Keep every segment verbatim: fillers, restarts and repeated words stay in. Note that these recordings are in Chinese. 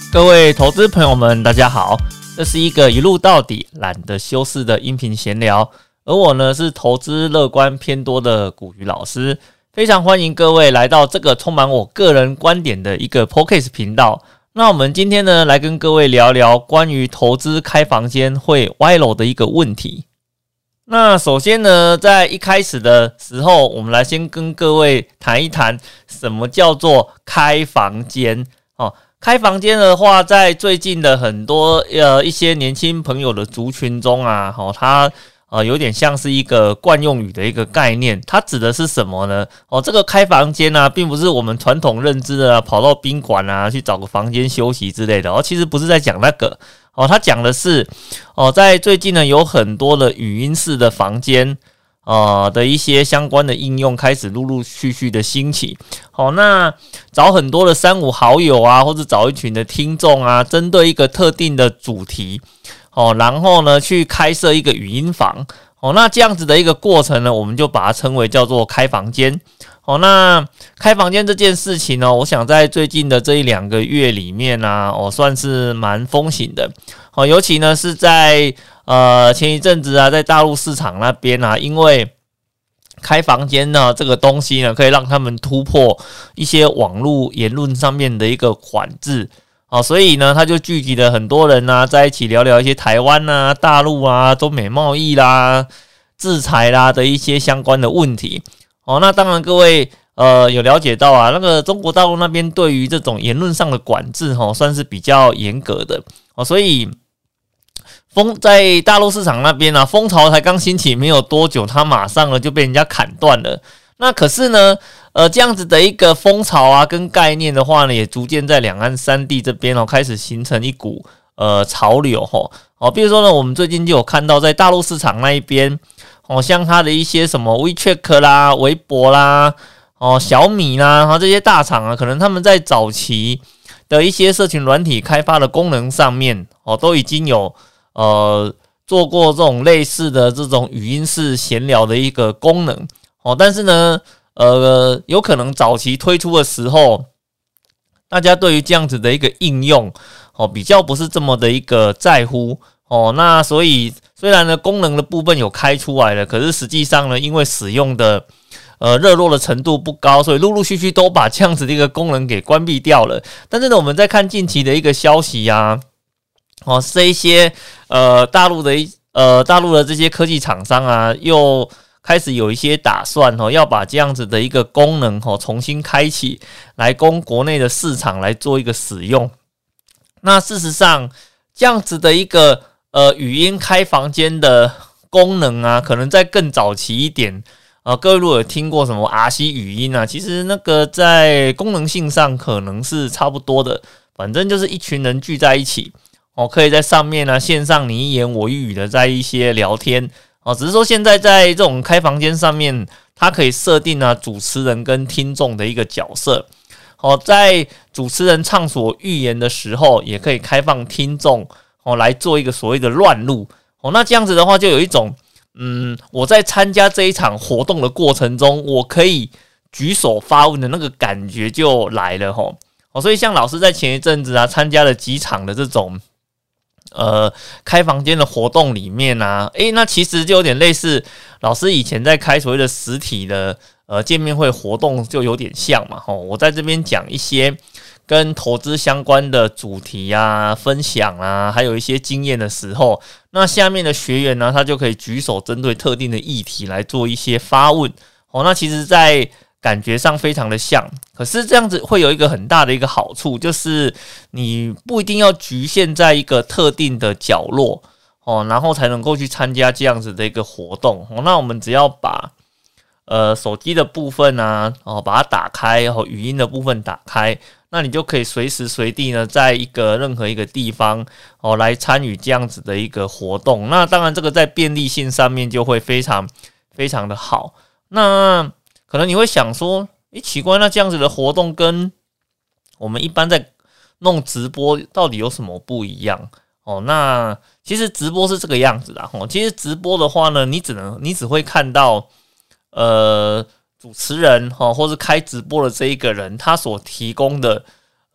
各位投资朋友们，大家好，这是一个一路到底懒得修饰的音频闲聊，而我呢是投资乐观偏多的古鱼老师，非常欢迎各位来到这个充满我个人观点的一个 Podcast 频道。那我们今天呢来跟各位聊聊关于投资开房间会歪楼的一个问题。那首先呢，在一开始的时候，我们来先跟各位谈一谈什么叫做开房间哦。开房间的话，在最近的很多呃一些年轻朋友的族群中啊，哦，它呃有点像是一个惯用语的一个概念。它指的是什么呢？哦，这个开房间啊，并不是我们传统认知的、啊、跑到宾馆啊去找个房间休息之类的哦，其实不是在讲那个哦，它讲的是哦，在最近呢有很多的语音式的房间。呃的一些相关的应用开始陆陆续续的兴起，好，那找很多的三五好友啊，或者找一群的听众啊，针对一个特定的主题，哦，然后呢去开设一个语音房，哦，那这样子的一个过程呢，我们就把它称为叫做开房间。哦，那开房间这件事情呢，我想在最近的这一两个月里面啊，哦，算是蛮风行的。哦，尤其呢是在呃前一阵子啊，在大陆市场那边啊，因为开房间呢这个东西呢，可以让他们突破一些网络言论上面的一个管制。哦，所以呢，他就聚集了很多人啊，在一起聊聊一些台湾啊、大陆啊、中美贸易啦、制裁啦的一些相关的问题。哦，那当然各位呃有了解到啊，那个中国大陆那边对于这种言论上的管制哦，算是比较严格的哦，所以风在大陆市场那边啊，风潮才刚兴起没有多久，它马上呢就被人家砍断了。那可是呢，呃，这样子的一个风潮啊，跟概念的话呢，也逐渐在两岸三地这边哦，开始形成一股呃潮流吼哦。比如说呢，我们最近就有看到在大陆市场那一边。哦，像它的一些什么 WeChat 啦、微博啦、哦小米啦，然后这些大厂啊，可能他们在早期的一些社群软体开发的功能上面，哦，都已经有呃做过这种类似的这种语音式闲聊的一个功能，哦，但是呢，呃，有可能早期推出的时候，大家对于这样子的一个应用，哦，比较不是这么的一个在乎。哦，那所以虽然呢功能的部分有开出来了，可是实际上呢，因为使用的呃热络的程度不高，所以陆陆续续都把这样子的一个功能给关闭掉了。但是呢，我们在看近期的一个消息啊，哦，这一些呃大陆的一呃大陆的这些科技厂商啊，又开始有一些打算哦，要把这样子的一个功能哦重新开启，来供国内的市场来做一个使用。那事实上，这样子的一个呃，语音开房间的功能啊，可能在更早期一点。呃，各位如果有听过什么 R C 语音啊，其实那个在功能性上可能是差不多的。反正就是一群人聚在一起，哦，可以在上面呢线上你一言我一语的在一些聊天。哦，只是说现在在这种开房间上面，它可以设定啊主持人跟听众的一个角色。哦，在主持人畅所欲言的时候，也可以开放听众。哦，来做一个所谓的乱入哦，那这样子的话，就有一种嗯，我在参加这一场活动的过程中，我可以举手发问的那个感觉就来了吼哦，所以像老师在前一阵子啊，参加了几场的这种呃开房间的活动里面啊，诶，那其实就有点类似老师以前在开所谓的实体的呃见面会活动，就有点像嘛吼，我在这边讲一些。跟投资相关的主题啊、分享啊，还有一些经验的时候，那下面的学员呢，他就可以举手针对特定的议题来做一些发问。哦，那其实在感觉上非常的像，可是这样子会有一个很大的一个好处，就是你不一定要局限在一个特定的角落哦，然后才能够去参加这样子的一个活动。哦，那我们只要把呃手机的部分啊，哦把它打开，然后语音的部分打开。那你就可以随时随地呢，在一个任何一个地方哦，来参与这样子的一个活动。那当然，这个在便利性上面就会非常非常的好。那可能你会想说，诶，奇怪，那这样子的活动跟我们一般在弄直播到底有什么不一样？哦，那其实直播是这个样子啦。哦，其实直播的话呢，你只能你只会看到呃。主持人或是开直播的这一个人，他所提供的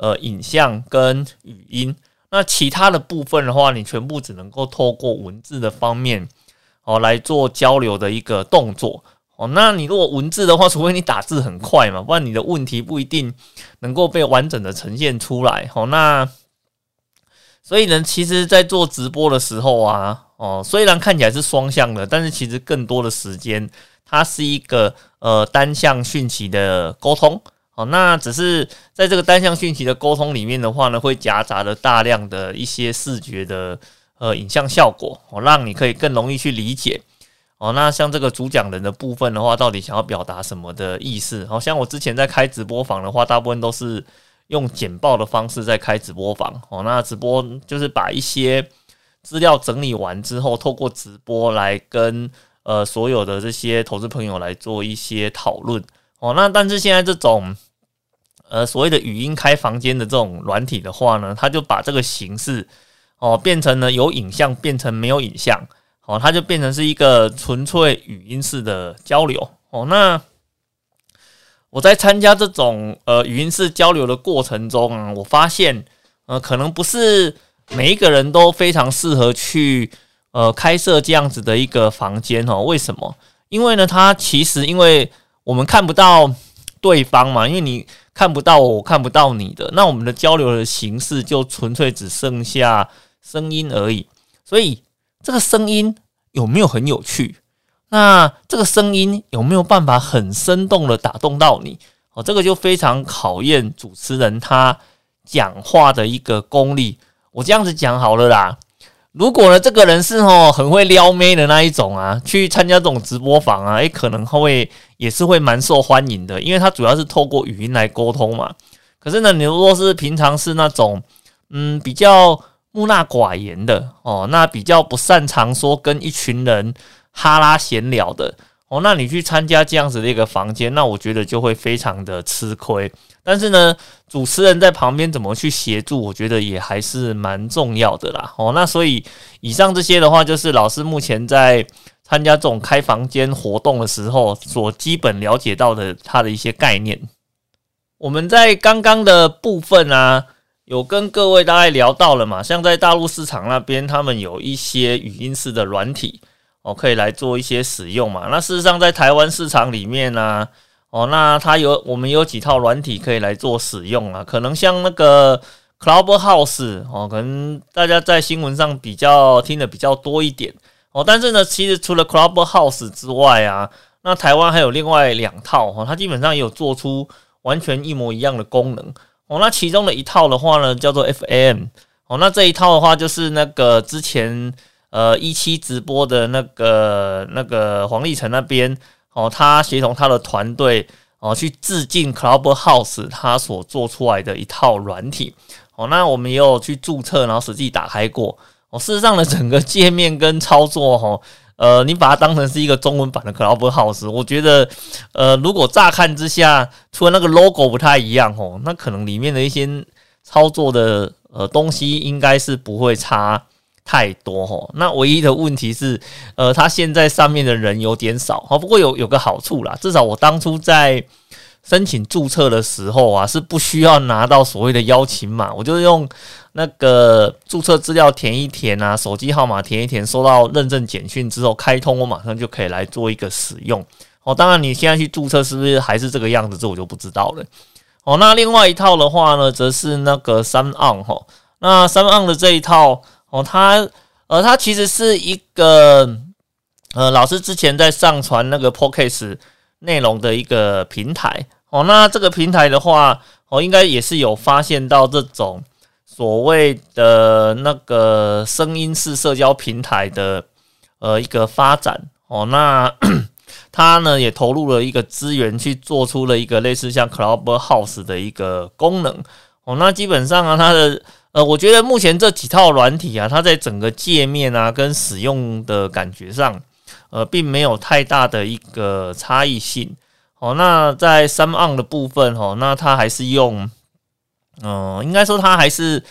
呃影像跟语音，那其他的部分的话，你全部只能够透过文字的方面哦来做交流的一个动作哦。那你如果文字的话，除非你打字很快嘛，不然你的问题不一定能够被完整的呈现出来哦。那所以呢，其实在做直播的时候啊，哦，虽然看起来是双向的，但是其实更多的时间，它是一个呃单向讯息的沟通。哦，那只是在这个单向讯息的沟通里面的话呢，会夹杂了大量的一些视觉的呃影像效果，哦，让你可以更容易去理解。哦，那像这个主讲人的部分的话，到底想要表达什么的意思？好像我之前在开直播房的话，大部分都是用简报的方式在开直播房。哦，那直播就是把一些资料整理完之后，透过直播来跟呃所有的这些投资朋友来做一些讨论。哦，那但是现在这种呃所谓的语音开房间的这种软体的话呢，它就把这个形式哦变成了有影像变成没有影像，哦，它就变成是一个纯粹语音式的交流。哦，那我在参加这种呃语音式交流的过程中啊，我发现呃可能不是每一个人都非常适合去呃开设这样子的一个房间哦。为什么？因为呢，它其实因为我们看不到对方嘛，因为你看不到我，我看不到你的，那我们的交流的形式就纯粹只剩下声音而已。所以这个声音有没有很有趣？那这个声音有没有办法很生动的打动到你？哦，这个就非常考验主持人他讲话的一个功力。我这样子讲好了啦。如果呢，这个人是哦很会撩妹的那一种啊，去参加这种直播房啊，诶，可能会也是会蛮受欢迎的，因为他主要是透过语音来沟通嘛。可是呢，你如果是平常是那种嗯比较木讷寡言的哦，那比较不擅长说跟一群人哈拉闲聊的哦，那你去参加这样子的一个房间，那我觉得就会非常的吃亏。但是呢，主持人在旁边怎么去协助，我觉得也还是蛮重要的啦。哦，那所以以上这些的话，就是老师目前在参加这种开房间活动的时候所基本了解到的它的一些概念。我们在刚刚的部分啊，有跟各位大概聊到了嘛，像在大陆市场那边，他们有一些语音式的软体哦，可以来做一些使用嘛。那事实上在台湾市场里面啊，哦，那它有我们有几套软体可以来做使用啊，可能像那个 Clubhouse 哦，可能大家在新闻上比较听的比较多一点哦。但是呢，其实除了 Clubhouse 之外啊，那台湾还有另外两套哦，它基本上也有做出完全一模一样的功能哦。那其中的一套的话呢，叫做 F M 哦，那这一套的话就是那个之前呃一期直播的那个那个黄立成那边。哦，他协同他的团队哦去致敬 Clubhouse 他所做出来的一套软体哦，那我们也有去注册，然后实际打开过哦。事实上呢，整个界面跟操作哦，呃，你把它当成是一个中文版的 Clubhouse， 我觉得呃，如果乍看之下，除了那个 logo 不太一样哦，那可能里面的一些操作的呃东西应该是不会差太多齁，那唯一的问题是，呃，它现在上面的人有点少，不过有有个好处啦，至少我当初在申请注册的时候啊，是不需要拿到所谓的邀请码，我就用那个注册资料填一填啊，手机号码填一填，收到认证简讯之后开通，我马上就可以来做一个使用。哦，当然你现在去注册是不是还是这个样子，这我就不知道了。哦，那另外一套的话呢，则是那个 SoundOn 齁，那 SoundOn 的这一套。哦，它呃，它其实是一个呃，老师之前在上传那个 Podcast 内容的一个平台。哦，那这个平台的话，哦，应该也是有发现到这种所谓的那个声音式社交平台的呃一个发展。哦，那它呢也投入了一个资源去做出了一个类似像 Clubhouse 的一个功能。哦，那基本上啊，它的呃，我觉得目前这几套软体啊，它在整个界面啊跟使用的感觉上，呃，并没有太大的一个差异性。哦，那在 SoundOn 的部分，哦，那它还是用，嗯、呃，应该说它还是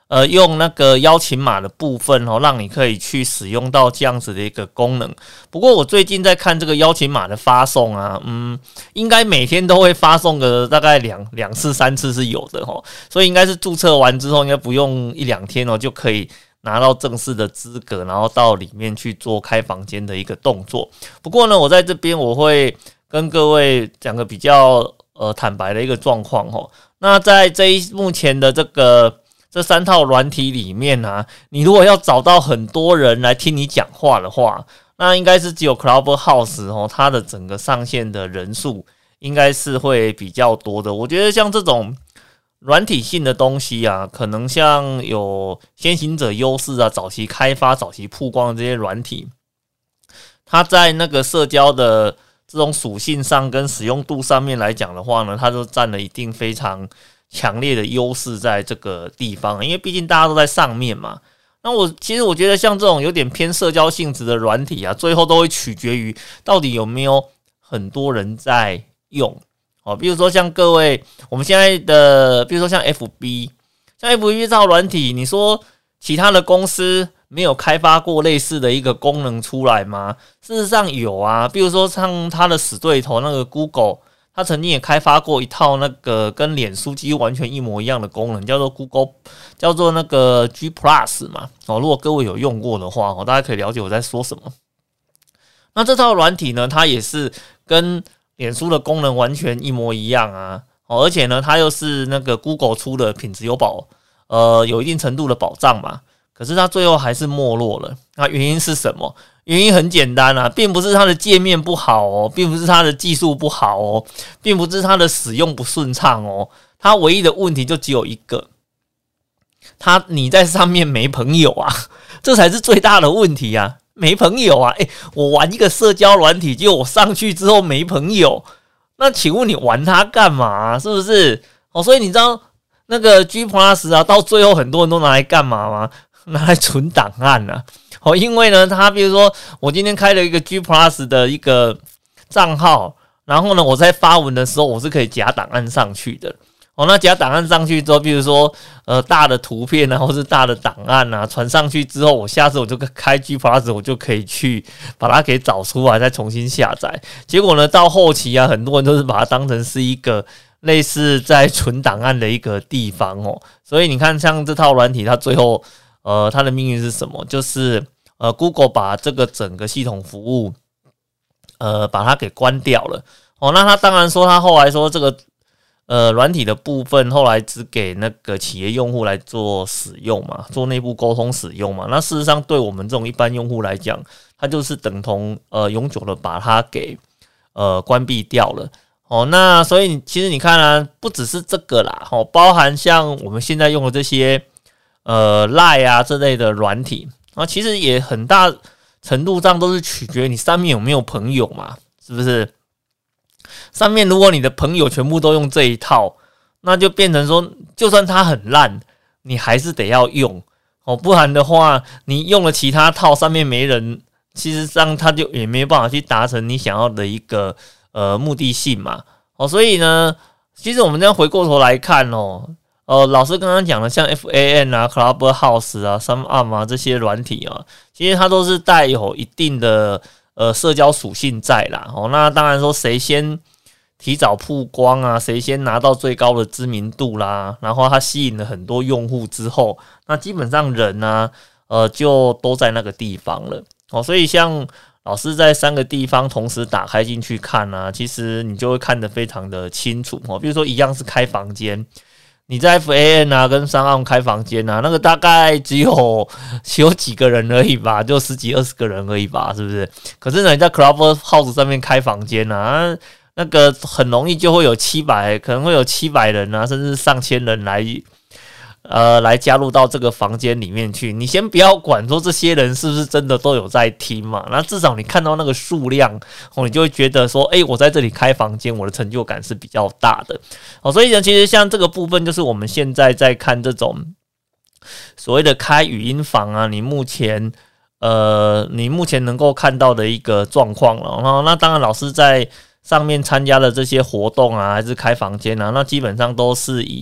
呃，用那个邀请码的部分哦，让你可以去使用到这样子的一个功能。不过我最近在看这个邀请码的发送啊，嗯，应该每天都会发送个大概两两次、三次是有的哦，所以应该是注册完之后，应该不用一两天哦，就可以拿到正式的资格，然后到里面去做开房间的一个动作。不过呢，我在这边我会跟各位讲个比较呃坦白的一个状况哦。那在这一目前的这个。这三套软体里面啊，你如果要找到很多人来听你讲话的话，那应该是只有 Clubhouse 哦，它的整个上线的人数应该是会比较多的。我觉得像这种软体性的东西啊，可能像有先行者优势啊，早期开发、早期曝光的这些软体，它在那个社交的这种属性上跟使用度上面来讲的话呢，它就占了一定非常强烈的优势在这个地方，因为毕竟大家都在上面嘛。那我其实我觉得像这种有点偏社交性质的软体啊，最后都会取决于到底有没有很多人在用。哦，比如说像各位我们现在的，比如说像 F B， 像 F B 这套软体，你说其他的公司没有开发过类似的一个功能出来吗？事实上有啊，比如说像它的死对头那个 Google。他曾经也开发过一套那个跟脸书几乎完全一模一样的功能，叫做 Google， 叫做那个 G Plus 嘛。哦，如果各位有用过的话，哦，大家可以了解我在说什么。那这套软体呢，它也是跟脸书的功能完全一模一样啊。哦，而且呢，它又是那个 Google 出的品质有保，呃，有一定程度的保障嘛。可是它最后还是没落了。那原因是什么？原因很简单啊，并不是它的界面不好哦，并不是它的技术不好哦，并不是它的使用不顺畅哦，它唯一的问题就只有一个，它你在上面没朋友啊，这才是最大的问题啊，没朋友啊，诶，我玩一个社交软体，结果我上去之后没朋友，那请问你玩它干嘛啊？是不是？哦，所以你知道那个 G Plus 啊，到最后很多人都拿来干嘛吗？拿来存档案啊。哦，因为呢，他比如说我今天开了一个 G Plus 的一个账号，然后呢，我在发文的时候我是可以夹档案上去的。哦，那夹档案上去之后，比如说呃大的图片啊，或是大的档案啊，传上去之后，我下次我就开 G Plus， 我就可以去把它给找出来，再重新下载。结果呢，到后期啊，很多人都是把它当成是一个类似在存档案的一个地方哦。所以你看，像这套软体，它最后。呃，它的命运是什么？就是呃 ，Google 把这个整个系统服务，呃，把它给关掉了。哦，那他当然说，他后来说这个呃软体的部分，后来只给那个企业用户来做使用嘛，做内部沟通使用嘛。那事实上，对我们这种一般用户来讲，它就是等同呃永久的把它给呃关闭掉了。哦，那所以其实你看啊，不只是这个啦，哦，包含像我们现在用的这些。呃 ，Line 啊这类的软体啊，其实也很大程度上都是取决于你上面有没有朋友嘛，是不是？上面如果你的朋友全部都用这一套，那就变成说，就算它很烂，你还是得要用哦，不然的话，你用了其他套，上面没人，其实上它就也没有办法去达成你想要的一个呃目的性嘛。哦，所以呢，其实我们这样回过头来看哦。呃，老师刚刚讲的像 F A N 啊、Clubhouse 啊、SomeUp 啊这些软体啊，其实它都是带有一定的呃社交属性在啦。哦，那当然说谁先提早曝光啊，谁先拿到最高的知名度啦，然后它吸引了很多用户之后，那基本上人呢、啊，呃，就都在那个地方了。哦，所以像老师在三个地方同时打开进去看啊，其实你就会看得非常的清楚。哦，比如说一样是开房间。你在 F A N 啊跟SomeUp开房间啊，那个大概只有只有几个人而已吧，就十几二十个人而已吧，是不是？可是呢，你在 Clubhouse 上面开房间啊，那个很容易就会有七百，可能会有七百人啊，甚至上千人来呃来加入到这个房间里面去。你先不要管说这些人是不是真的都有在听嘛，那至少你看到那个数量，哦，你就会觉得说，哎、欸，我在这里开房间，我的成就感是比较大的。哦，所以呢，其实像这个部分，就是我们现在在看这种所谓的开语音房啊，你目前呃，你目前能够看到的一个状况了。然后，那当然，老师在上面参加的这些活动啊，还是开房间啊，那基本上都是以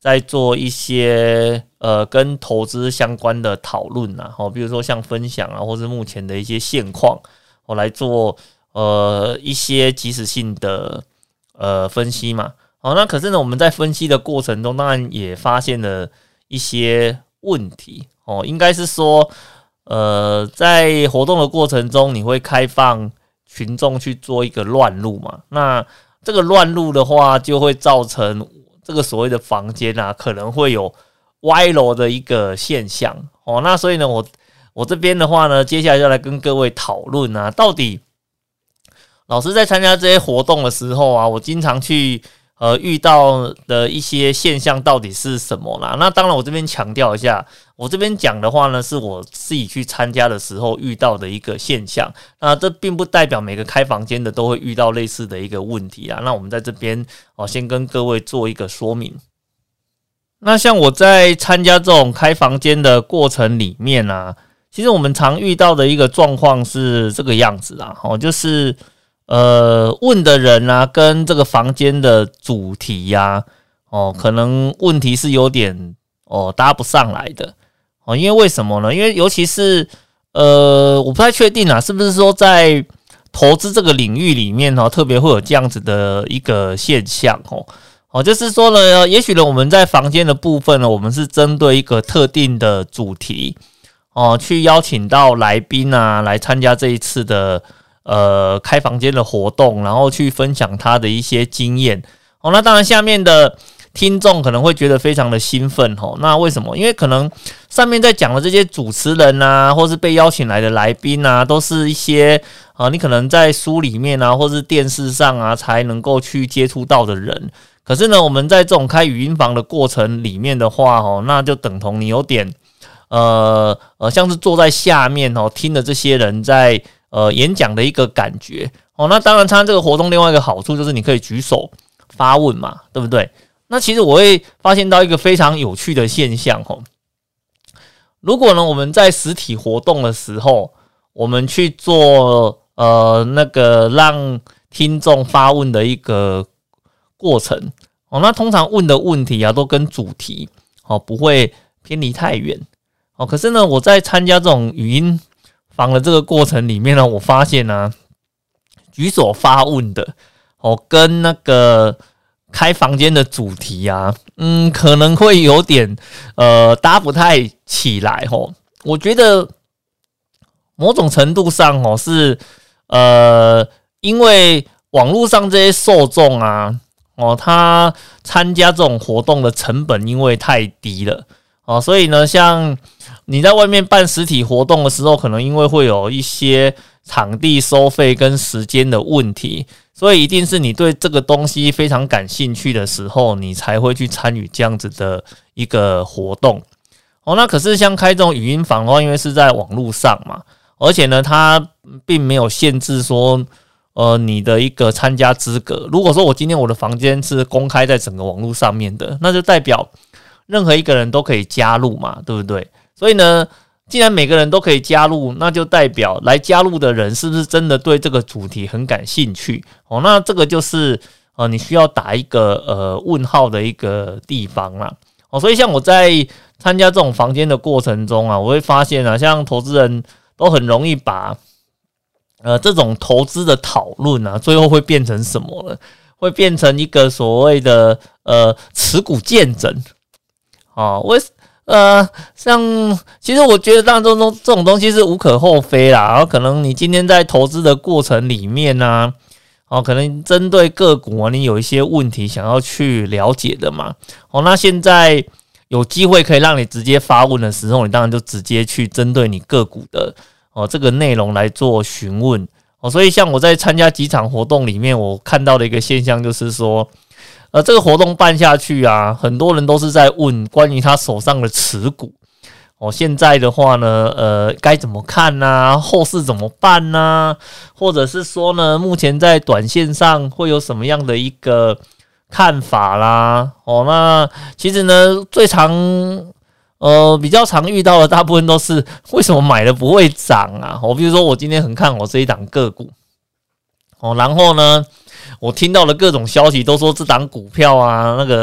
在做一些呃跟投资相关的讨论啊，哦，比如说像分享啊，或是目前的一些现况，我、哦、来做呃一些即时性的呃分析嘛。好、哦，那可是呢，我们在分析的过程中，当然也发现了一些问题哦，应该是说，呃，在活动的过程中，你会开放群众去做一个乱入嘛？那这个乱入的话，就会造成这个所谓的房间啊，可能会有歪楼的一个现象哦。那所以呢，我我这边的话呢，接下来就来跟各位讨论啊，到底老师在参加这些活动的时候啊，我经常去。呃，遇到的一些现象到底是什么啦？那当然，我这边强调一下，我这边讲的话呢，是我自己去参加的时候遇到的一个现象。那这并不代表每个开房间的都会遇到类似的一个问题啊。那我们在这边哦，先跟各位做一个说明。那像我在参加这种开房间的过程里面啊，其实我们常遇到的一个状况是这个样子啦，哦，就是。呃，问的人啊，跟这个房间的主题呀、啊，哦，可能问题是有点哦搭不上来的哦，因为为什么呢？因为尤其是呃，我不太确定啊，是不是说在投资这个领域里面哦，特别会有这样子的一个现象哦，哦，就是说呢，也许呢，我们在房间的部分呢，我们是针对一个特定的主题哦，去邀请到来宾啊来参加这一次的。呃，开房间的活动，然后去分享他的一些经验哦。那当然，下面的听众可能会觉得非常的兴奋哦。那为什么？因为可能上面在讲的这些主持人啊，或是被邀请来的来宾啊，都是一些啊，你可能在书里面啊，或是电视上啊，才能够去接触到的人。可是呢，我们在这种开语音房的过程里面的话哦，那就等同你有点呃呃，像是坐在下面哦，听的这些人在。呃，演讲的一个感觉哦，那当然，参加这个活动另外一个好处就是你可以举手发问嘛，对不对？那其实我会发现到一个非常有趣的现象哦。如果呢，我们在实体活动的时候，我们去做呃那个让听众发问的一个过程哦，那通常问的问题啊，都跟主题哦不会偏离太远哦。可是呢，我在参加这种语音房的这个过程里面呢，我发现呢、啊，举手发问的哦，跟那个开房间的主题啊，嗯，可能会有点呃搭不太起来哦。我觉得某种程度上哦，是呃，因为网络上这些受众啊，哦，他参加这种活动的成本因为太低了。哦，所以呢，像你在外面办实体活动的时候，可能因为会有一些场地收费跟时间的问题，所以一定是你对这个东西非常感兴趣的时候，你才会去参与这样子的一个活动。哦，那可是像开这种语音房的话，因为是在网络上嘛，而且呢，它并没有限制说，呃，你的一个参加资格。如果说我今天我的房间是公开在整个网络上面的，那就代表任何一个人都可以加入嘛，对不对？所以呢，既然每个人都可以加入，那就代表来加入的人是不是真的对这个主题很感兴趣？哦，那这个就是呃，你需要打一个呃问号的一个地方啦。哦，所以像我在参加这种房间的过程中啊，我会发现啊，像投资人都很容易把呃这种投资的讨论啊，最后会变成什么呢？会变成一个所谓的呃持股见证。哦，我呃，像其实我觉得，当然这种这种东西是无可厚非啦。然后可能你今天在投资的过程里面呢、啊，哦，可能针对个股啊，你有一些问题想要去了解的嘛。哦，那现在有机会可以让你直接发问的时候，你当然就直接去针对你个股的哦这个内容来做询问。哦，所以像我在参加几场活动里面，我看到的一个现象就是说。呃，这个活动办下去啊，很多人都是在问关于他手上的持股哦。现在的话呢，呃，该怎么看呢？后市怎么办呢？或者是说呢，目前在短线上会有什么样的一个看法啦？哦，那其实呢，最常呃比较常遇到的，大部分都是为什么买了不会涨啊？我、哦、比如说，我今天很看好这一档个股哦，然后呢。我听到的各种消息都说这档股票啊，那个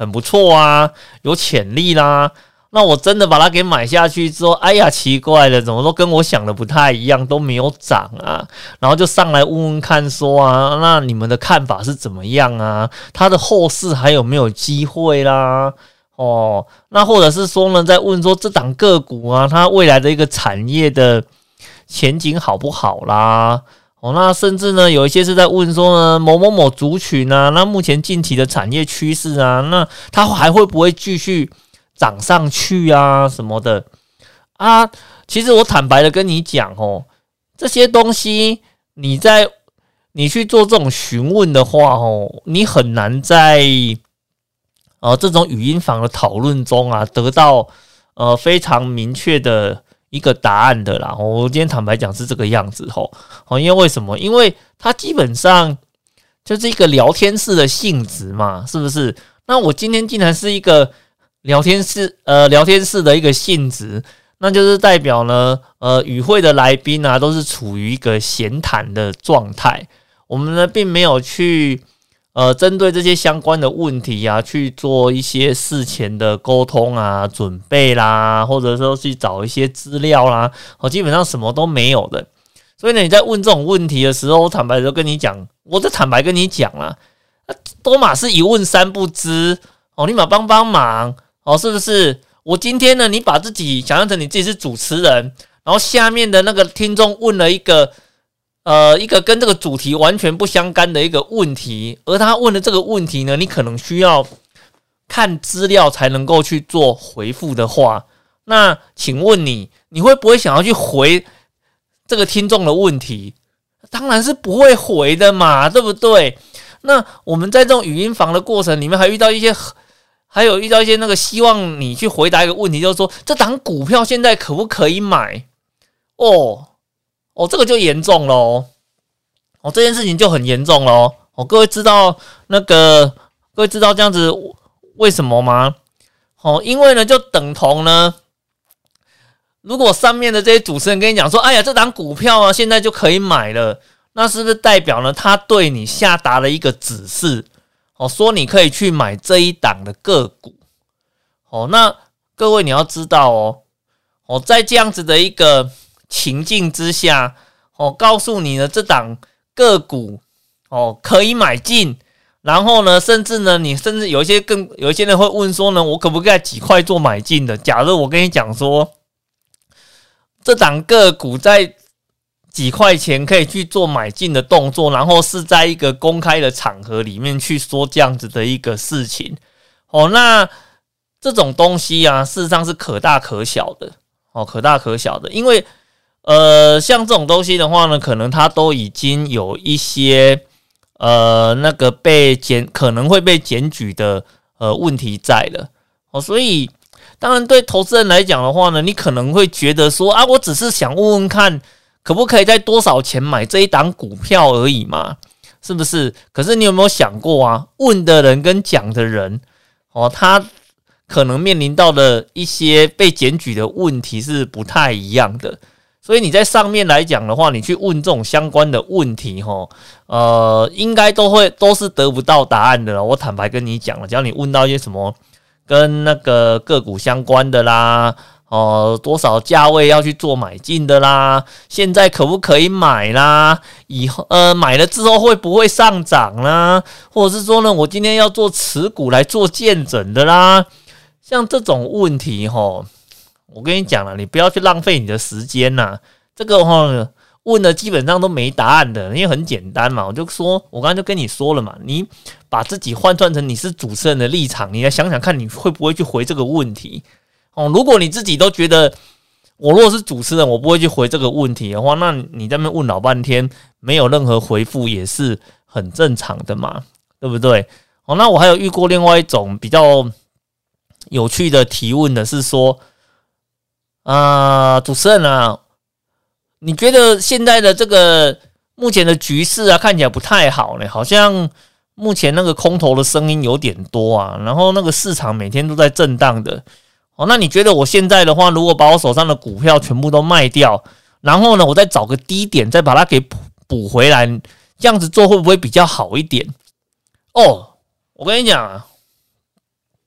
很不错啊，有潜力啦。那我真的把它给买下去之后，哎呀，奇怪了，怎么都跟我想的不太一样，都没有涨啊。然后就上来问问看说啊，那你们的看法是怎么样啊？它的后市还有没有机会啦？哦，那或者是说呢，在问说这档个股啊，它未来的一个产业的前景好不好啦？哦，那甚至呢，有一些是在问说呢，某某某族群啊，那目前近期的产业趋势啊，那它还会不会继续涨上去啊什么的啊？其实我坦白的跟你讲哦，这些东西你在你去做这种询问的话哦，你很难在呃这种语音房的讨论中啊得到呃非常明确的一个答案的啦。我今天坦白讲是这个样子吼，因为为什么？因为它基本上就是一个聊天式的性质嘛，是不是？那我今天竟然是一个聊天室呃聊天室的一个性质，那就是代表呢呃与会的来宾啊都是处于一个闲谈的状态，我们呢并没有去呃针对这些相关的问题啊去做一些事前的沟通啊准备啦，或者说去找一些资料啦，我、哦、基本上什么都没有的。所以呢你在问这种问题的时候，我坦白的跟你讲，我就坦白跟你讲啦，多嘛是一问三不知哦，你嘛帮帮忙。哦，是不是？我今天呢，你把自己想象成你自己是主持人，然后下面的那个听众问了一个呃一个跟这个主题完全不相干的一个问题，而他问的这个问题呢，你可能需要看资料才能够去做回复的话，那请问你，你会不会想要去回这个听众的问题？当然是不会回的嘛，对不对？那我们在这种语音房的过程里面，还遇到一些。还有遇到一些那个希望你去回答一个问题，就是说这档股票现在可不可以买？哦哦，这个就严重了哦，哦这件事情就很严重了哦。哦，各位知道那个各位知道这样子为什么吗？哦，因为呢就等同呢，如果上面的这些主持人跟你讲说，哎呀这档股票啊现在就可以买了，那是不是代表呢他对你下达了一个指示？哦，说你可以去买这一档的个股，哦，那各位你要知道哦，哦，在这样子的一个情境之下，哦，告诉你呢这档个股哦可以买进，然后呢，甚至呢，你甚至有一些更有一些人会问说呢，我可不可以在几块做买进的？假如我跟你讲说，这档个股在几块钱可以去做买进的动作，然后是在一个公开的场合里面去说这样子的一个事情，哦，那这种东西啊，事实上是可大可小的，哦，可大可小的，因为呃，像这种东西的话呢，可能它都已经有一些呃那个被检可能会被检举的呃问题在了，哦，所以当然对投资人来讲的话呢，你可能会觉得说啊，我只是想问问看。可不可以在多少钱买这一档股票而已嘛？是不是？可是你有没有想过啊？问的人跟讲的人，哦，他可能面临到的一些被检举的问题是不太一样的。所以你在上面来讲的话，你去问这种相关的问题，哈，呃，应该都会都是得不到答案的了。我坦白跟你讲了，只要你问到一些什么跟那个个股相关的啦。哦，多少价位要去做买进的啦？现在可不可以买啦？以后呃买了之后会不会上涨啦？或者是说呢，我今天要做持股来做见证的啦？像这种问题齁，我跟你讲了，你不要去浪费你的时间呐。这个齁问的基本上都没答案的，因为很简单嘛。我就说，我刚刚就跟你说了嘛，你把自己换算成你是主持人的立场，你来想想看，你会不会去回这个问题？哦，如果你自己都觉得我如果是主持人，我不会去回这个问题的话，那你在那边问老半天，没有任何回复也是很正常的嘛，对不对？哦，那我还有遇过另外一种比较有趣的提问的是说，啊、呃，主持人啊，你觉得现在的这个目前的局势啊，看起来不太好呢，好像目前那个空头的声音有点多啊，然后那个市场每天都在震荡的。哦，那你觉得我现在的话，如果把我手上的股票全部都卖掉，然后呢，我再找个低点，再把它给补补回来，这样子做会不会比较好一点？哦，我跟你讲啊，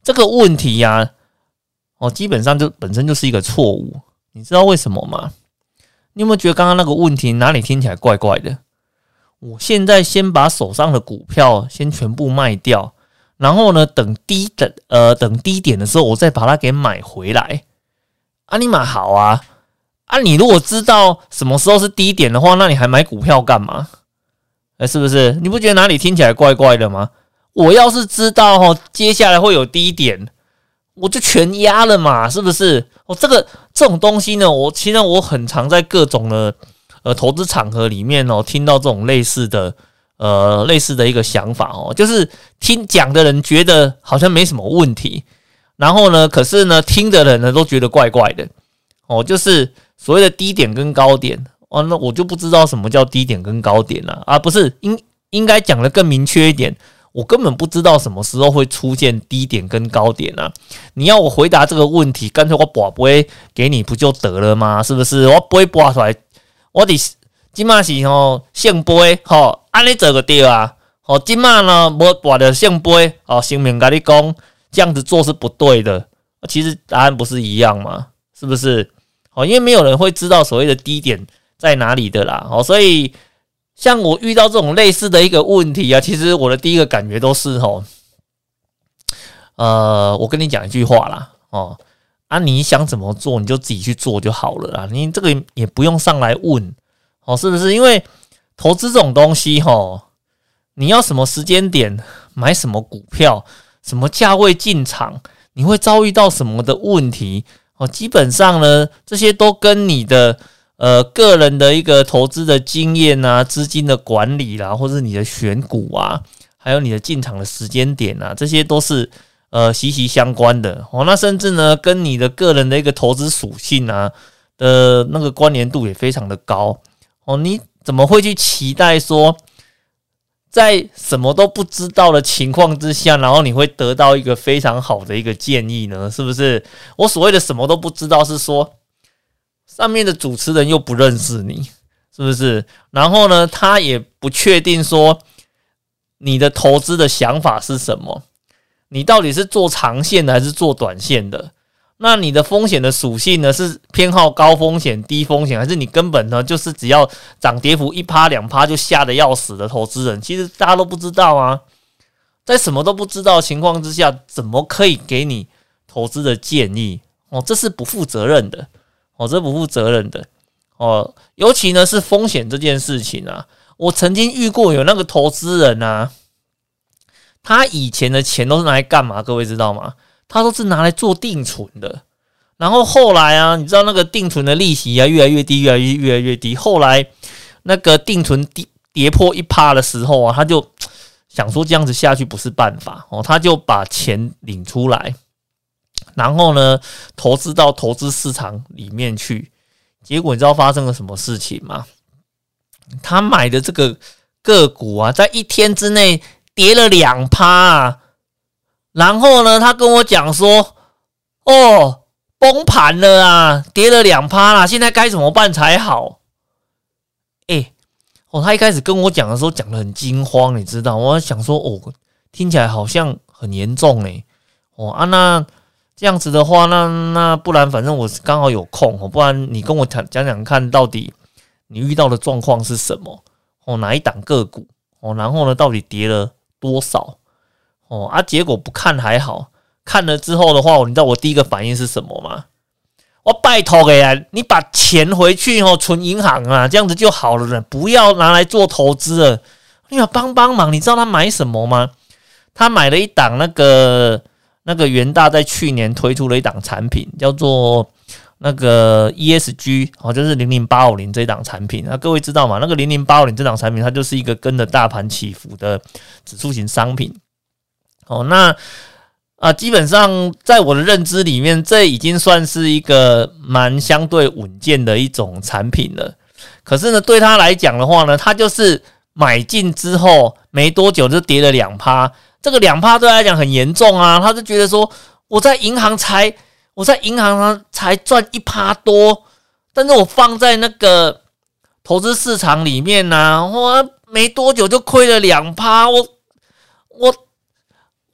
这个问题呀、啊，哦，基本上就本身就是一个错误。你知道为什么吗？你有没有觉得刚刚那个问题哪里听起来怪怪的？我现在先把手上的股票先全部卖掉，然后呢，等低的呃等低点的时候，我再把它给买回来。啊，你买好啊！啊，你如果知道什么时候是低点的话，那你还买股票干嘛？哎、欸，是不是？你不觉得哪里听起来怪怪的吗？我要是知道哦，接下来会有低点，我就全压了嘛，是不是？哦，这个这种东西呢，我其实我很常在各种的呃投资场合里面哦，听到这种类似的呃类似的一个想法哦，就是听讲的人觉得好像没什么问题，然后呢，可是呢，听的人呢都觉得怪怪的哦，就是所谓的低点跟高点哦，那我就不知道什么叫低点跟高点了 啊, 啊，不是应应该讲的更明确一点。我根本不知道什么时候会出现低点跟高点啊！你要我回答这个问题，干脆我拔不会给你不就得了吗？是不是？我不会拔出来，我得今嘛是吼圣杯吼，安尼做个对啊！吼，今嘛呢无拔的圣杯哦，生命跟你讲，这样子做是不对的。其实答案不是一样吗？是不是？哦，因为没有人会知道所谓的低点在哪里的啦。哦，所以。像我遇到这种类似的一个问题啊，其实我的第一个感觉都是吼，呃，我跟你讲一句话啦，哦，啊，你想怎么做你就自己去做就好了啦，你这个也不用上来问，哦，是不是？因为投资这种东西吼，你要什么时间点买什么股票，什么价位进场，你会遭遇到什么的问题，哦，基本上呢，这些都跟你的。呃，个人的一个投资的经验啊，资金的管理啦，或是你的选股啊，还有你的进场的时间点啊，这些都是呃息息相关的哦。那甚至呢，跟你的个人的一个投资属性啊的那个关联度也非常的高哦。你怎么会去期待说，在什么都不知道的情况之下，然后你会得到一个非常好的一个建议呢？是不是？我所谓的什么都不知道，是说。上面的主持人又不认识你，是不是？然后呢，他也不确定说你的投资的想法是什么，你到底是做长线的还是做短线的？那你的风险的属性呢，是偏好高风险、低风险，还是你根本呢就是只要涨跌幅一趴两趴就吓得要死的投资人？其实大家都不知道啊，在什么都不知道的情况之下，怎么可以给你投资的建议？哦，这是不负责任的。哦，这不负责任的哦，尤其呢是风险这件事情啊，我曾经遇过有那个投资人啊，他以前的钱都是拿来干嘛？各位知道吗？他都是拿来做定存的。然后后来啊，你知道那个定存的利息啊越来越低，越来越越来越低。后来那个定存跌跌破一趴的时候啊，他就想说这样子下去不是办法哦，他就把钱领出来。然后呢，投资到投资市场里面去，结果你知道发生了什么事情吗？他买的这个个股啊，在一天之内跌了两趴啊！然后呢，他跟我讲说：“哦，崩盘了啊，跌了两趴啦，现在该怎么办才好？”哎，哦，他一开始跟我讲的时候讲得很惊慌，你知道？我想说，哦，听起来好像很严重哎，哦啊那。这样子的话，那那不然反正我刚好有空哦，不然你跟我讲讲看到底你遇到的状况是什么哦？哪一档个股哦？然后呢，到底跌了多少哦？啊，结果不看还好，看了之后的话，你知道我第一个反应是什么吗？我拜托给啊，你把钱回去哦，存银行啊，这样子就好了，不要拿来做投资了。你要帮帮忙，你知道他买什么吗？他买了一档那个。那个元大在去年推出了一档产品，叫做那个 E S G， 哦，就是零零八五零这一档产品。那各位知道吗？那个零零八五零这档产品，它就是一个跟着大盘起伏的指数型商品。哦，那啊，基本上在我的认知里面，这已经算是一个蛮相对稳健的一种产品了。可是呢，对他来讲的话呢，他就是买进之后没多久就跌了两趴。这个两趴对他来讲很严重啊，他就觉得说我在银行才我在银行才赚一趴多，但是我放在那个投资市场里面呢、啊，我没多久就亏了两趴，我我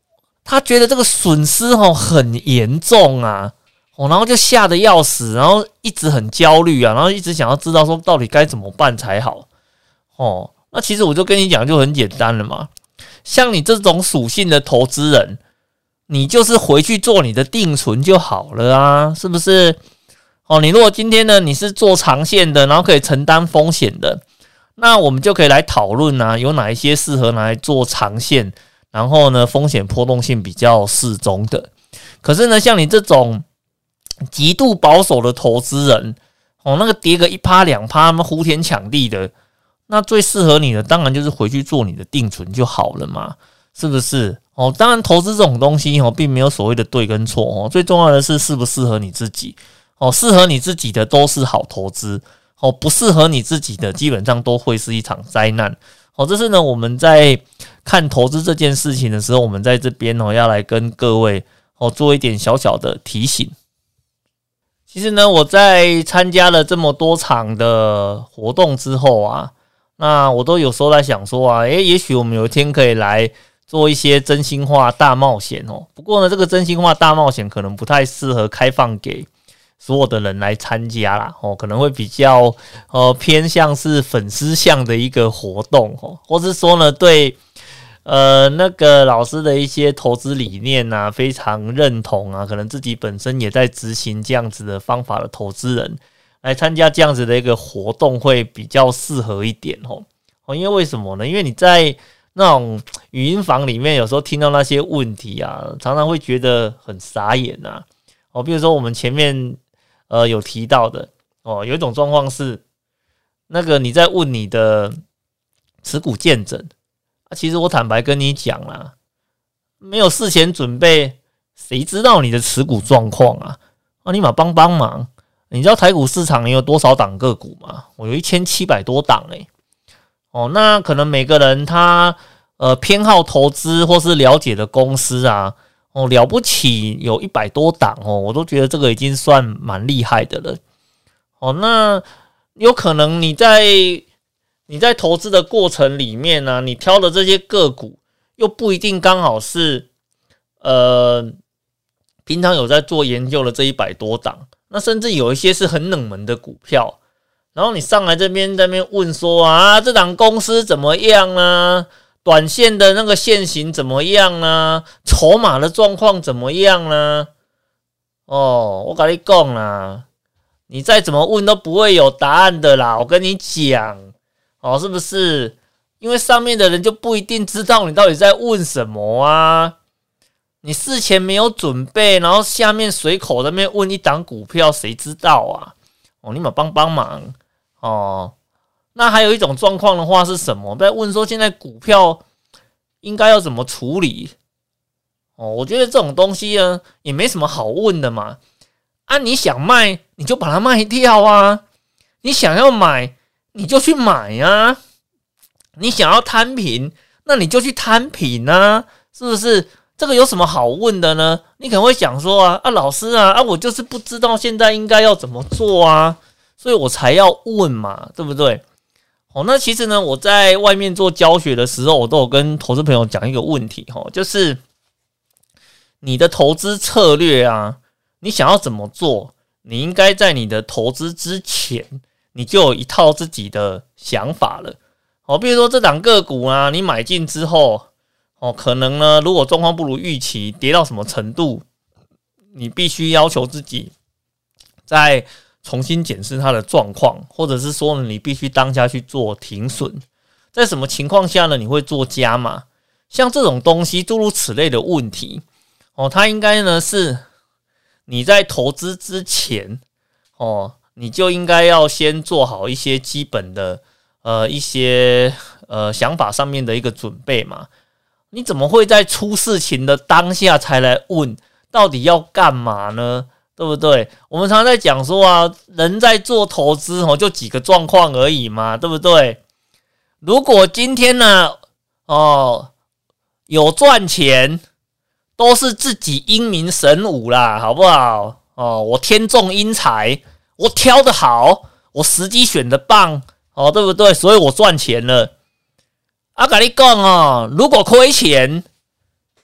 他觉得这个损失哦很严重啊，哦，然后就吓得要死，然后一直很焦虑啊，然后一直想要知道说到底该怎么办才好哦。那其实我就跟你讲就很简单了嘛，像你这种属性的投资人，你就是回去做你的定存就好了啊，是不是？哦，你如果今天呢你是做长线的，然后可以承担风险的，那我们就可以来讨论啊，有哪一些适合拿来做长线，然后呢风险波动性比较适中的。可是呢，像你这种极度保守的投资人，哦，那个跌个一趴两趴，呼天抢地的，那最适合你的当然就是回去做你的定存就好了嘛，是不是？哦，当然投资这种东西哦，并没有所谓的对跟错哦，最重要的是适不适合你自己哦，适合你自己的都是好投资哦，不适合你自己的基本上都会是一场灾难哦。这是呢我们在看投资这件事情的时候，我们在这边哦要来跟各位哦做一点小小的提醒。其实呢，我在参加了这么多场的活动之后啊，那我都有时候在想说啊，诶，也许我们有一天可以来做一些真心话大冒险哦。不过呢，这个真心话大冒险可能不太适合开放给所有的人来参加啦，哦，可能会比较呃偏向是粉丝向的一个活动哦，或是说呢，对呃那个老师的一些投资理念啊非常认同啊，可能自己本身也在执行这样子的方法的投资人来参加这样子的一个活动会比较适合一点哦。哦，因为为什么呢？因为你在那种语音房里面有时候听到那些问题啊，常常会觉得很傻眼啊。哦，比如说我们前面呃有提到的哦，有一种状况是那个你在问你的持股见证啊，其实我坦白跟你讲啦，没有事前准备，谁知道你的持股状况啊？啊，你嘛帮帮忙！你知道台股市场你有多少档个股吗？我有一千七百多档诶、欸。哦，那可能每个人他呃偏好投资或是了解的公司啊，哦了不起有一百多档哦，我都觉得这个已经算蛮厉害的了。哦，那有可能你在你在投资的过程里面呢、啊，你挑的这些个股又不一定刚好是呃平常有在做研究的这一百多档，那甚至有一些是很冷门的股票。然后你上来这边在那边问说啊，这档公司怎么样呢？短线的那个线型怎么样呢？筹码的状况怎么样呢？哦，我跟你讲啦，你再怎么问都不会有答案的啦，我跟你讲，哦，是不是？因为上面的人就不一定知道你到底在问什么啊。你事前没有准备，然后下面随口在那边问一档股票，谁知道啊？哦，你们帮帮忙。哦，那还有一种状况的话是什么？在问说现在股票应该要怎么处理？哦，我觉得这种东西呢也没什么好问的嘛。啊，你想卖你就把它卖掉啊，你想要买你就去买啊，你想要摊平那你就去摊平啊，是不是？这个有什么好问的呢？你可能会想说啊，啊老师啊，啊我就是不知道现在应该要怎么做啊。所以我才要问嘛，对不对？哦，那其实呢，我在外面做教学的时候，我都有跟投资朋友讲一个问题，哦，就是你的投资策略啊，你想要怎么做，你应该在你的投资之前，你就有一套自己的想法了。哦，比如说这档个股啊，你买进之后，哦，可能呢，如果状况不如预期，跌到什么程度，你必须要求自己在重新检视它的状况，或者是说呢，你必须当下去做停损。在什么情况下呢？你会做加码？像这种东西，诸如此类的问题，哦，它应该呢是你在投资之前，哦，你就应该要先做好一些基本的呃一些呃想法上面的一个准备嘛。你怎么会在出事情的当下才来问到底要干嘛呢？对不对？我们常常在讲说啊，人在做投资哦，就几个状况而已嘛，对不对？如果今天呢，哦，有赚钱，都是自己英明神武啦，好不好？哦，我天纵英才，我挑得好，我时机选得棒，哦，对不对？所以我赚钱了。啊，跟你讲哦，如果亏钱，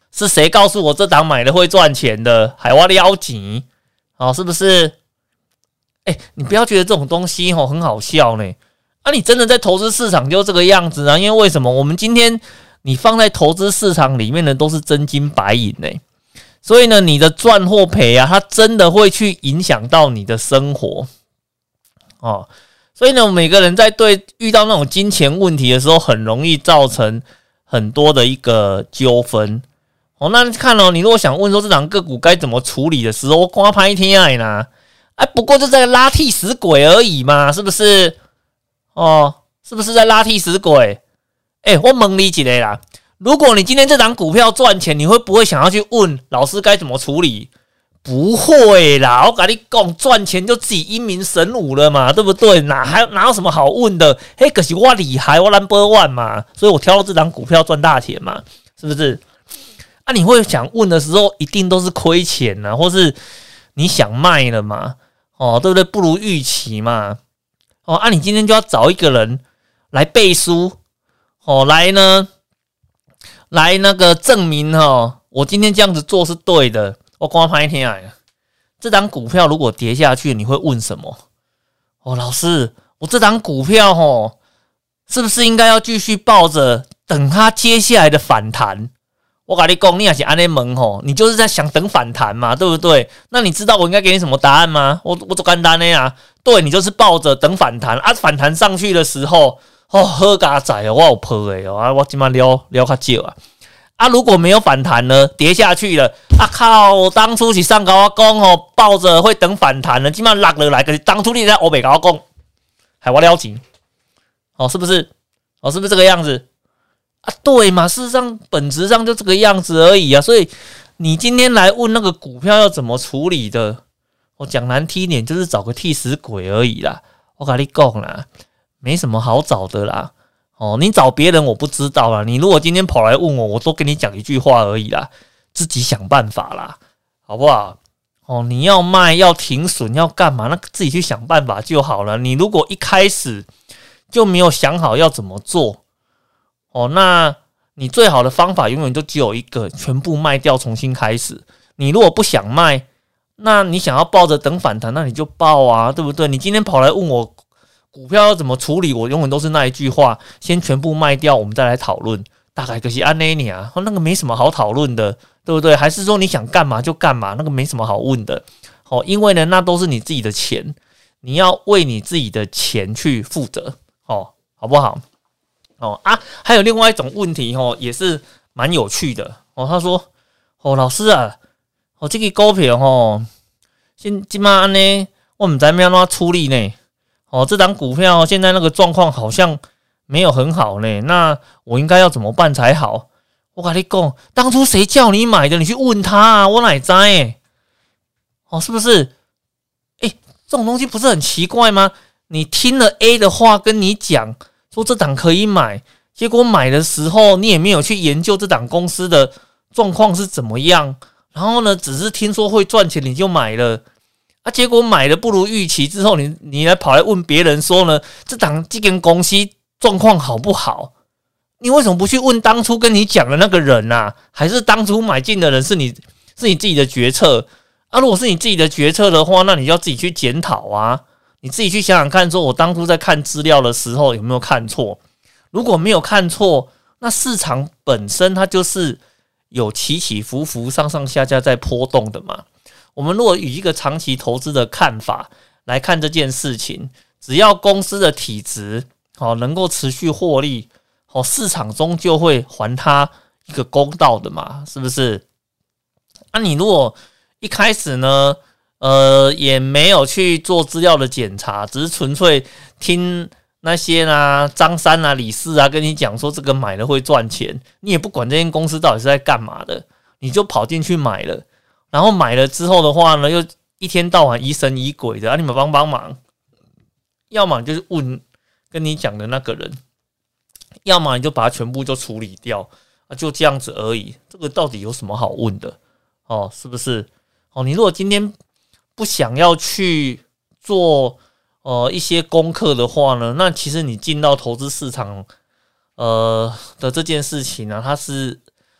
是谁告诉我这档买了会赚钱的？海挖撩钱，哦，是不是？哎、欸，你不要觉得这种东西吼很好笑呢。啊，你真的在投资市场就这个样子啊？因为为什么？我们今天你放在投资市场里面的都是真金白银呢，所以呢，你的赚或赔啊，它真的会去影响到你的生活哦。所以呢，每个人在对遇到那种金钱问题的时候，很容易造成很多的一个纠纷。哦，那看哦，你如果想问说这档个股该怎么处理的时候，我光拍天爱啦，哎，不过就在拉替死鬼而已嘛，是不是？哦，是不是在拉替死鬼？哎、欸，我问你一下啦，如果你今天这档股票赚钱，你会不会想要去问老师该怎么处理？不会啦，我跟你讲，赚钱就自己英明神武了嘛，对不对？哪还哪有什么好问的？嘿，可是我厉害，我 number one 嘛，所以我挑到这档股票赚大钱嘛，是不是？啊，你会想问的时候，一定都是亏钱啊，或是你想卖了嘛？哦，对不对？不如预期嘛。哦，啊，你今天就要找一个人来背书，哦，来呢，来那个证明哦，我今天这样子做是对的。我光拍天啊！这档股票如果跌下去，你会问什么？哦，老师，我这档股票哦，是不是应该要继续抱着，等它接下来的反弹？我跟你讲，你也是安尼问吼，你就是在想等反弹嘛，对不对？那你知道我应该给你什么答案吗？我我就简单的呀，对你就是抱着等反弹啊，反弹上去的时候，哦，好加载哦，我有破的哦，啊，我今晚聊聊较少啊。啊，如果没有反弹呢，跌下去了，啊靠！当初是上高我讲哦，抱着会等反弹了，今晚落落来，可是当初你在欧北高讲，海挖撩钱，哦，是不是？哦，是不是这个样子？啊，对嘛，事实上本质上就这个样子而已啊。所以你今天来问那个股票要怎么处理的，我讲难听一点，就是找个替死鬼而已啦。我跟你讲啦，没什么好找的啦。哦，你找别人我不知道啦。你如果今天跑来问我，我都跟你讲一句话而已啦，自己想办法啦，好不好？哦，你要卖要停损要干嘛？那自己去想办法就好了。你如果一开始就没有想好要怎么做，哦，那你最好的方法永远就只有一个，全部卖掉重新开始。你如果不想卖，那你想要抱着等反弹，那你就抱啊，对不对？你今天跑来问我股票要怎么处理，我永远都是那一句话，先全部卖掉，我们再来讨论。大概可惜安内尼啊，那个没什么好讨论的，对不对？还是说你想干嘛就干嘛，那个没什么好问的。哦，因为呢，那都是你自己的钱，你要为你自己的钱去负责，哦，好不好？哦啊，还有另外一种问题哦，也是蛮有趣的哦。他说：“哦，老师啊，哦，这个股票哦，现今嘛安呢，我们在要怎么处理呢？哦，这档股票现在那个状况好像没有很好呢，那我应该要怎么办才好？”我跟你讲，当初谁叫你买的？你去问他啊，我哪知欸？哦，是不是？哎，这种东西不是很奇怪吗？你听了 A 的话跟你讲说这档可以买，结果买的时候你也没有去研究这档公司的状况是怎么样，然后呢，只是听说会赚钱你就买了啊，结果买的不如预期之后，你你来跑来问别人说呢，这档这间公司状况好不好？你为什么不去问当初跟你讲的那个人啊？还是当初买进的人是你是你自己的决策啊？如果是你自己的决策的话，那你就要自己去检讨啊，你自己去想想看，说我当初在看资料的时候有没有看错？如果没有看错，那市场本身它就是有起起伏伏、上上下下在波动的嘛。我们如果以一个长期投资的看法来看这件事情，只要公司的体质好能够持续获利，好市场终究会还它一个公道的嘛，是不是？啊，你如果一开始呢，呃，也没有去做资料的检查，只是纯粹听那些啊张三啊李四啊跟你讲说这个买了会赚钱，你也不管这间公司到底是在干嘛的，你就跑进去买了，然后买了之后的话呢，又一天到晚疑神疑鬼的啊，你们帮帮忙，要么就是问跟你讲的那个人，要么你就把它全部就处理掉啊，就这样子而已。这个到底有什么好问的？哦，是不是？哦，你如果今天不想要去做呃一些功课的话呢，那其实你进到投资市场呃的这件事情呢、啊，它是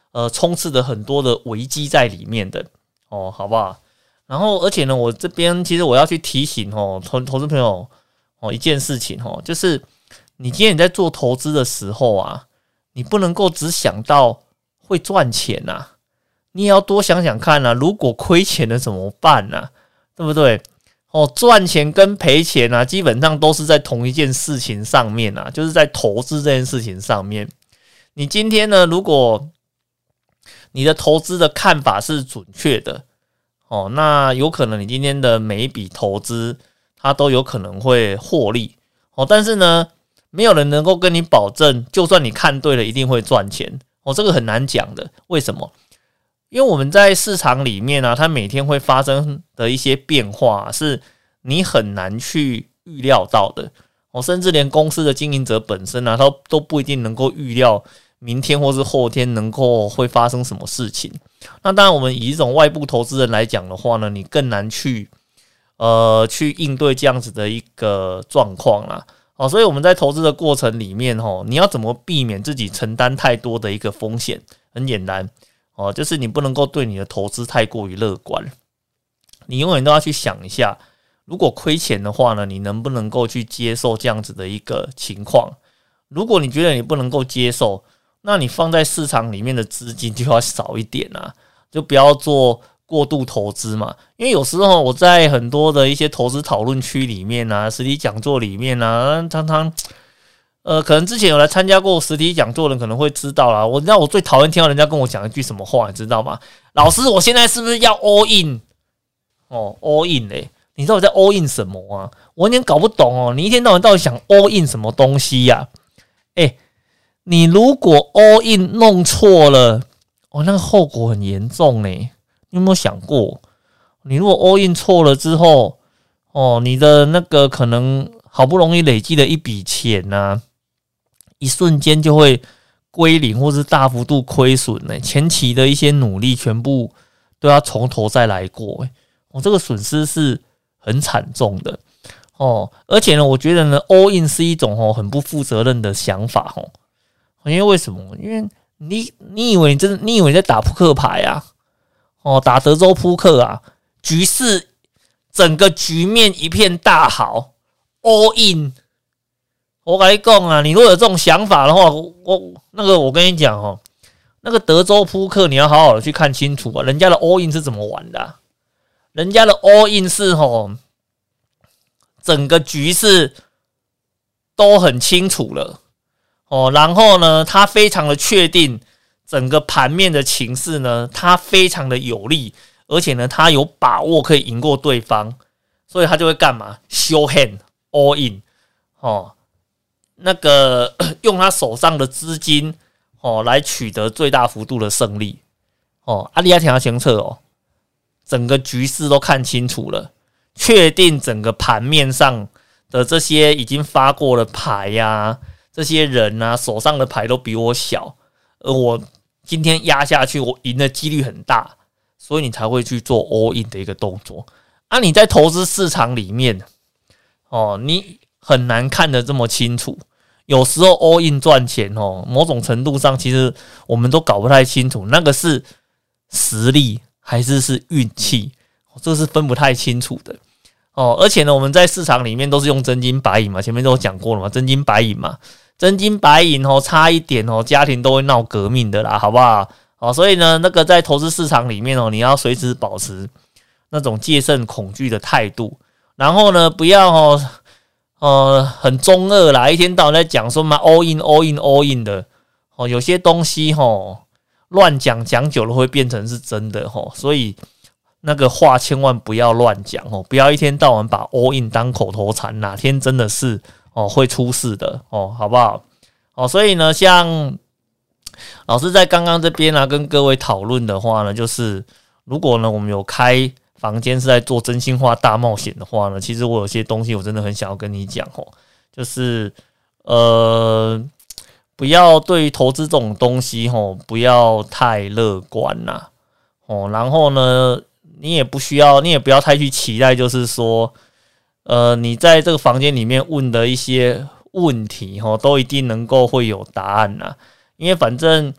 呃充斥着很多的危机在里面的哦，好不好？然后而且呢，我这边其实我要去提醒哦投投资朋友哦一件事情哦，就是你今天你在做投资的时候啊，你不能够只想到会赚钱啊，你也要多想想看啊，如果亏钱了怎么办啊？对不对？哦，赚钱跟赔钱啊，基本上都是在同一件事情上面啊，就是在投资这件事情上面。你今天呢，如果你的投资的看法是准确的，哦，那有可能你今天的每一笔投资，它都有可能会获利。哦，但是呢，没有人能够跟你保证，就算你看对了，一定会赚钱。哦，这个很难讲的。为什么？因为我们在市场里面啊，它每天会发生的一些变化、啊，是你很难去预料到的。哦，甚至连公司的经营者本身啊，都都不一定能够预料明天或是后天能够会发生什么事情。那当然，我们以一种外部投资人来讲的话呢，你更难去呃去应对这样子的一个状况啦。哦，所以我们在投资的过程里面，哦，你要怎么避免自己承担太多的一个风险？很简单。哦，就是你不能够对你的投资太过于乐观，你永远都要去想一下，如果亏钱的话呢，你能不能够去接受这样子的一个情况？如果你觉得你不能够接受，那你放在市场里面的资金就要少一点啊，就不要做过度投资嘛。因为有时候我在很多的一些投资讨论区里面啊，实体讲座里面啊，常常。呃，可能之前有来参加过实体讲座的人可能会知道啦。我知道我最讨厌听到人家跟我讲一句什么话，你知道吗？老师，我现在是不是要 all in？ 哦 ，all in 嘞、欸，你知道我在 all in 什么啊？我有点搞不懂哦。你一天到晚到底想 all in 什么东西呀、啊？哎、欸，你如果 all in 弄错了，哦，那个后果很严重嘞。你有没有想过？你如果 all in 错了之后，哦，你的那个可能好不容易累积的一笔钱啊，一瞬间就会归零，或是大幅度亏损呢。前期的一些努力全部都要从头再来过，哎，哦，这个损失是很惨重的哦。而且呢，我觉得呢 ，all in 是一种哦很不负责任的想法哦。因为为什么？因为你你以为你真的你以为你在打扑克牌啊？哦，打德州扑克啊，局势整个局面一片大好 ，all in。我跟你讲啊，你如果有这种想法的话，我, 我那个我跟你讲哦，那个德州扑克你要好好的去看清楚啊，人家的 all in 是怎么玩的、啊？人家的 all in 是吼，整个局势都很清楚了哦，然后呢，他非常的确定整个盘面的情势呢，他非常的有利，而且呢，他有把握可以赢过对方，所以他就会干嘛 ？show hand all in 哦。那个用他手上的资金哦来取得最大幅度的胜利哦，阿里亚听清楚哦，整个局势都看清楚了，确定整个盘面上的这些已经发过的牌呀、啊，这些人啊手上的牌都比我小，而我今天压下去，我赢的几率很大，所以你才会去做 all in 的一个动作。啊，你在投资市场里面哦，你很难看得这么清楚。有时候 all in 赚钱哦，某种程度上其实我们都搞不太清楚，那个是实力还是是运气，这是分不太清楚的哦。而且呢，我们在市场里面都是用真金白银嘛，前面都有讲过了嘛，真金白银嘛，真金白银哦，差一点哦，家庭都会闹革命的啦，好不好？哦，所以呢，那个在投资市场里面哦，你要随时保持那种戒慎恐惧的态度，然后呢，不要哦。呃，很中二啦，一天到晚在讲说嘛 all in all in all in 的哦，有些东西吼乱讲讲久了会变成是真的吼，所以那个话千万不要乱讲哦，不要一天到晚把 all in 当口头禅，哪天真的是哦会出事的哦，好不好？哦，所以呢，像老师在刚刚这边啊跟各位讨论的话呢，就是如果呢我们有开房间是在做真心话大冒险的话呢，其实我有些东西我真的很想要跟你讲哦，就是呃，不要对于投资这种东西哦，不要太乐观啦哦，然后呢，你也不需要，你也不要太去期待，就是说，呃，你在这个房间里面问的一些问题哦，都一定能够会有答案啦，因为反正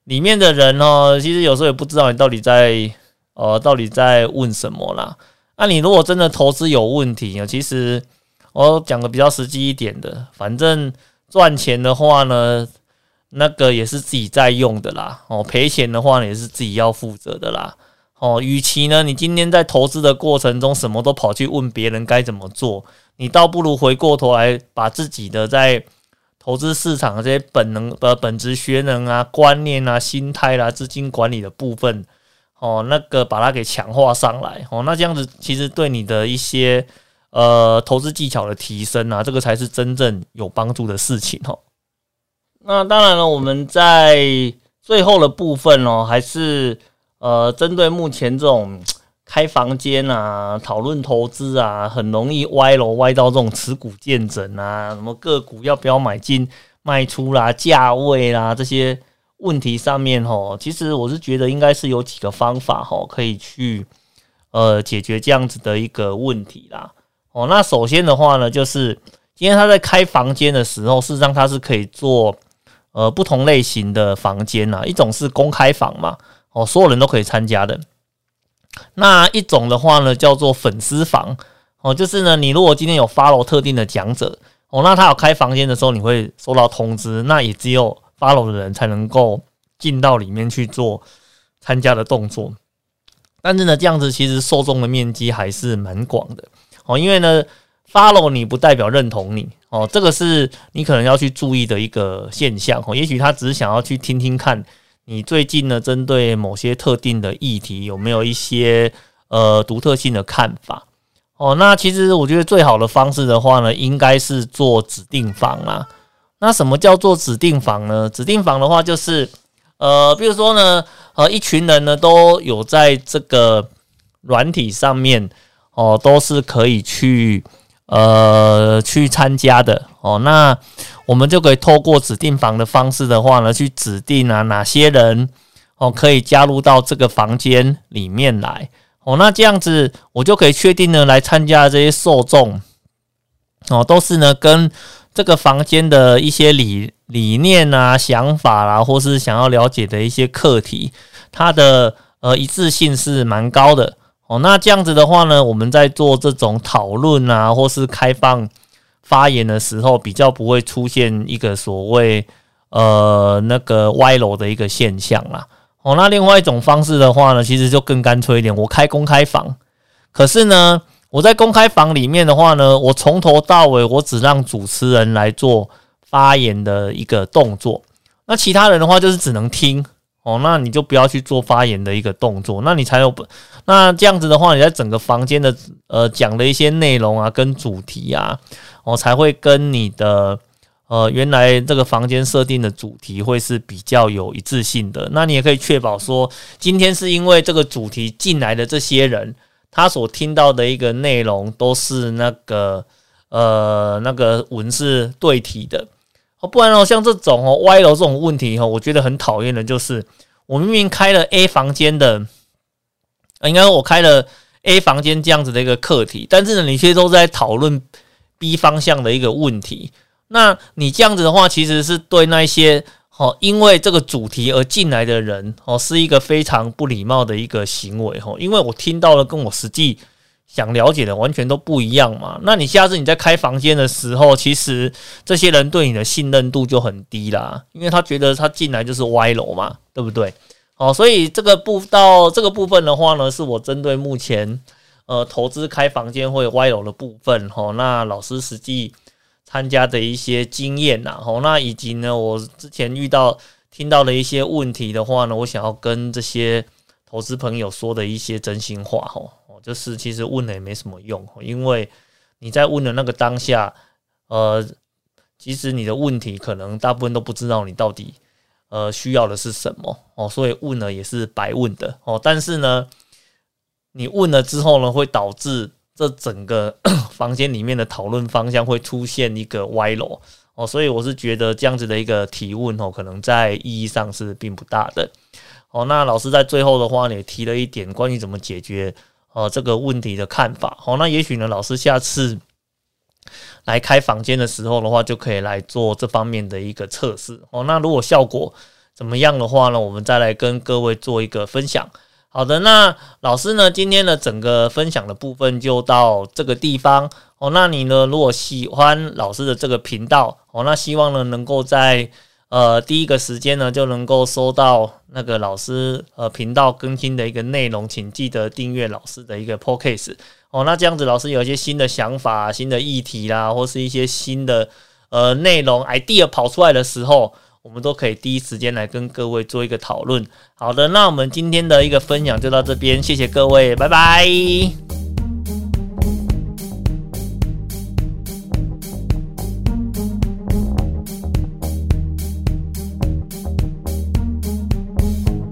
里面的人哦，其实有时候也不知道你到底在呃到底在问什么啦。那、啊、你如果真的投资有问题，其实我讲个比较实际一点的，反正赚钱的话呢，那个也是自己在用的啦。哦，赔钱的话呢，也是自己要负责的啦。哦，与其呢，你今天在投资的过程中什么都跑去问别人该怎么做，你倒不如回过头来把自己的在投资市场的这些本能、呃本质学能啊、观念啊、心态啦、资金管理的部分，哦，那个把它给强化上来。哦，那这样子其实对你的一些呃投资技巧的提升啊，这个才是真正有帮助的事情哦。那当然了，我们在最后的部分哦，还是。呃，针对目前这种开房间啊、讨论投资啊，很容易歪楼歪到这种持股见诊啊，什么个股要不要买进卖出啦、价位啦这些问题上面吼，其实我是觉得应该是有几个方法吼，可以去呃解决这样子的一个问题啦。哦，那首先的话呢，就是今天他在开房间的时候，事实上他是可以做呃不同类型的房间啦，一种是公开房嘛。哦，所有人都可以参加的。那一种的话呢，叫做粉丝房。哦，就是呢，你如果今天有 follow 特定的讲者，哦，那他有开房间的时候，你会收到通知，那也只有 follow 的人才能够进到里面去做参加的动作。但是呢，这样子其实受众的面积还是蛮广的。哦，因为呢 ，follow 你不代表认同你。哦，这个是你可能要去注意的一个现象。哦，也许他只是想要去听听看。你最近呢，针对某些特定的议题，有没有一些呃独特性的看法？哦，那其实我觉得最好的方式的话呢，应该是做指定房啦。那什么叫做指定房呢？指定房的话，就是呃，比如说呢，呃，一群人呢都有在这个软体上面哦，都是可以去呃去参加的哦。那我们就可以透过指定房的方式的话呢，去指定啊哪些人哦可以加入到这个房间里面来哦。那这样子我就可以确定呢，来参加的这些受众哦，都是呢跟这个房间的一些理理念啊、想法啦、啊，或是想要了解的一些课题，它的呃一致性是蛮高的哦。那这样子的话呢，我们在做这种讨论啊，或是开放发言的时候，比较不会出现一个所谓呃那个歪楼的一个现象啦。哦，那另外一种方式的话呢，其实就更干脆一点，我开公开房，可是呢，我在公开房里面的话呢，我从头到尾我只让主持人来做发言的一个动作，那其他人的话就是只能听。哦，那你就不要去做发言的一个动作，那你才有那这样子的话，你在整个房间的呃讲的一些内容啊，跟主题啊，哦才会跟你的呃原来这个房间设定的主题会是比较有一致性的。那你也可以确保说，今天是因为这个主题进来的这些人，他所听到的一个内容都是那个呃那个文是对题的。哦，不然哦，像这种哦歪楼这种问题哦，我觉得很讨厌的就是，我明明开了 A 房间的，应该说我开了 A 房间这样子的一个课题，但是呢，你却都在讨论 B 方向的一个问题。那你这样子的话，其实是对那些哦因为这个主题而进来的人哦，是一个非常不礼貌的一个行为哦，因为我听到了跟我实际想了解的完全都不一样嘛。那你下次你在开房间的时候，其实这些人对你的信任度就很低啦，因为他觉得他进来就是歪楼嘛，对不对？好，所以这个部到这个部分的话呢，是我针对目前呃投资开房间会歪楼的部分哦，那老师实际参加的一些经验呐，哦，那以及呢我之前遇到听到的一些问题的话呢，我想要跟这些投资朋友说的一些真心话哦。就是其实问了也没什么用，因为你在问的那个当下，呃，其实你的问题可能大部分都不知道你到底呃需要的是什么哦，所以问了也是白问的哦。但是呢，你问了之后呢，会导致这整个房间里面的讨论方向会出现一个歪楼哦，所以我是觉得这样子的一个提问哦，可能在意义上是并不大的哦。那老师在最后的话呢，也提了一点关于怎么解决。呃，这个问题的看法，好，那也许呢，老师下次来开房间的时候的话，就可以来做这方面的一个测试，哦，那如果效果怎么样的话呢，我们再来跟各位做一个分享。好的，那老师呢，今天的整个分享的部分就到这个地方哦。那你呢，如果喜欢老师的这个频道哦，那希望呢能够在呃第一个时间呢就能够收到那个老师呃频道更新的一个内容，请记得订阅老师的一个 podcast 哦。那这样子，老师有一些新的想法、新的议题啦，或是一些新的呃内容 idea 跑出来的时候，我们都可以第一时间来跟各位做一个讨论。好的，那我们今天的一个分享就到这边，谢谢各位，拜拜。